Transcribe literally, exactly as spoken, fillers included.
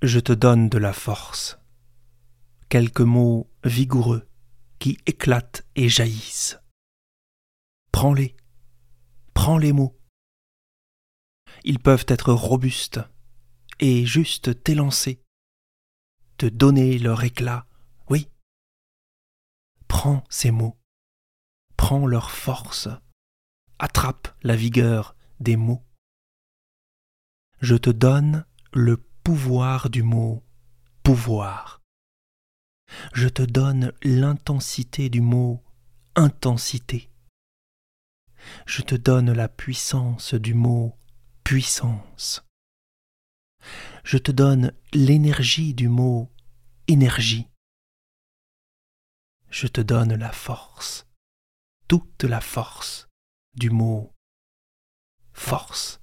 Je te donne de la force. Quelques mots vigoureux qui éclatent et jaillissent. Prends-les, prends les mots. Ils peuvent être robustes et juste t'élancer, te donner leur éclat, oui. Prends ces mots, prends leur force, attrape la vigueur des mots. Je te donne le pouvoir du mot pouvoir. Je te donne l'intensité du mot intensité. Je te donne la puissance du mot puissance. Je te donne l'énergie du mot énergie. Je te donne la force, toute la force du mot force.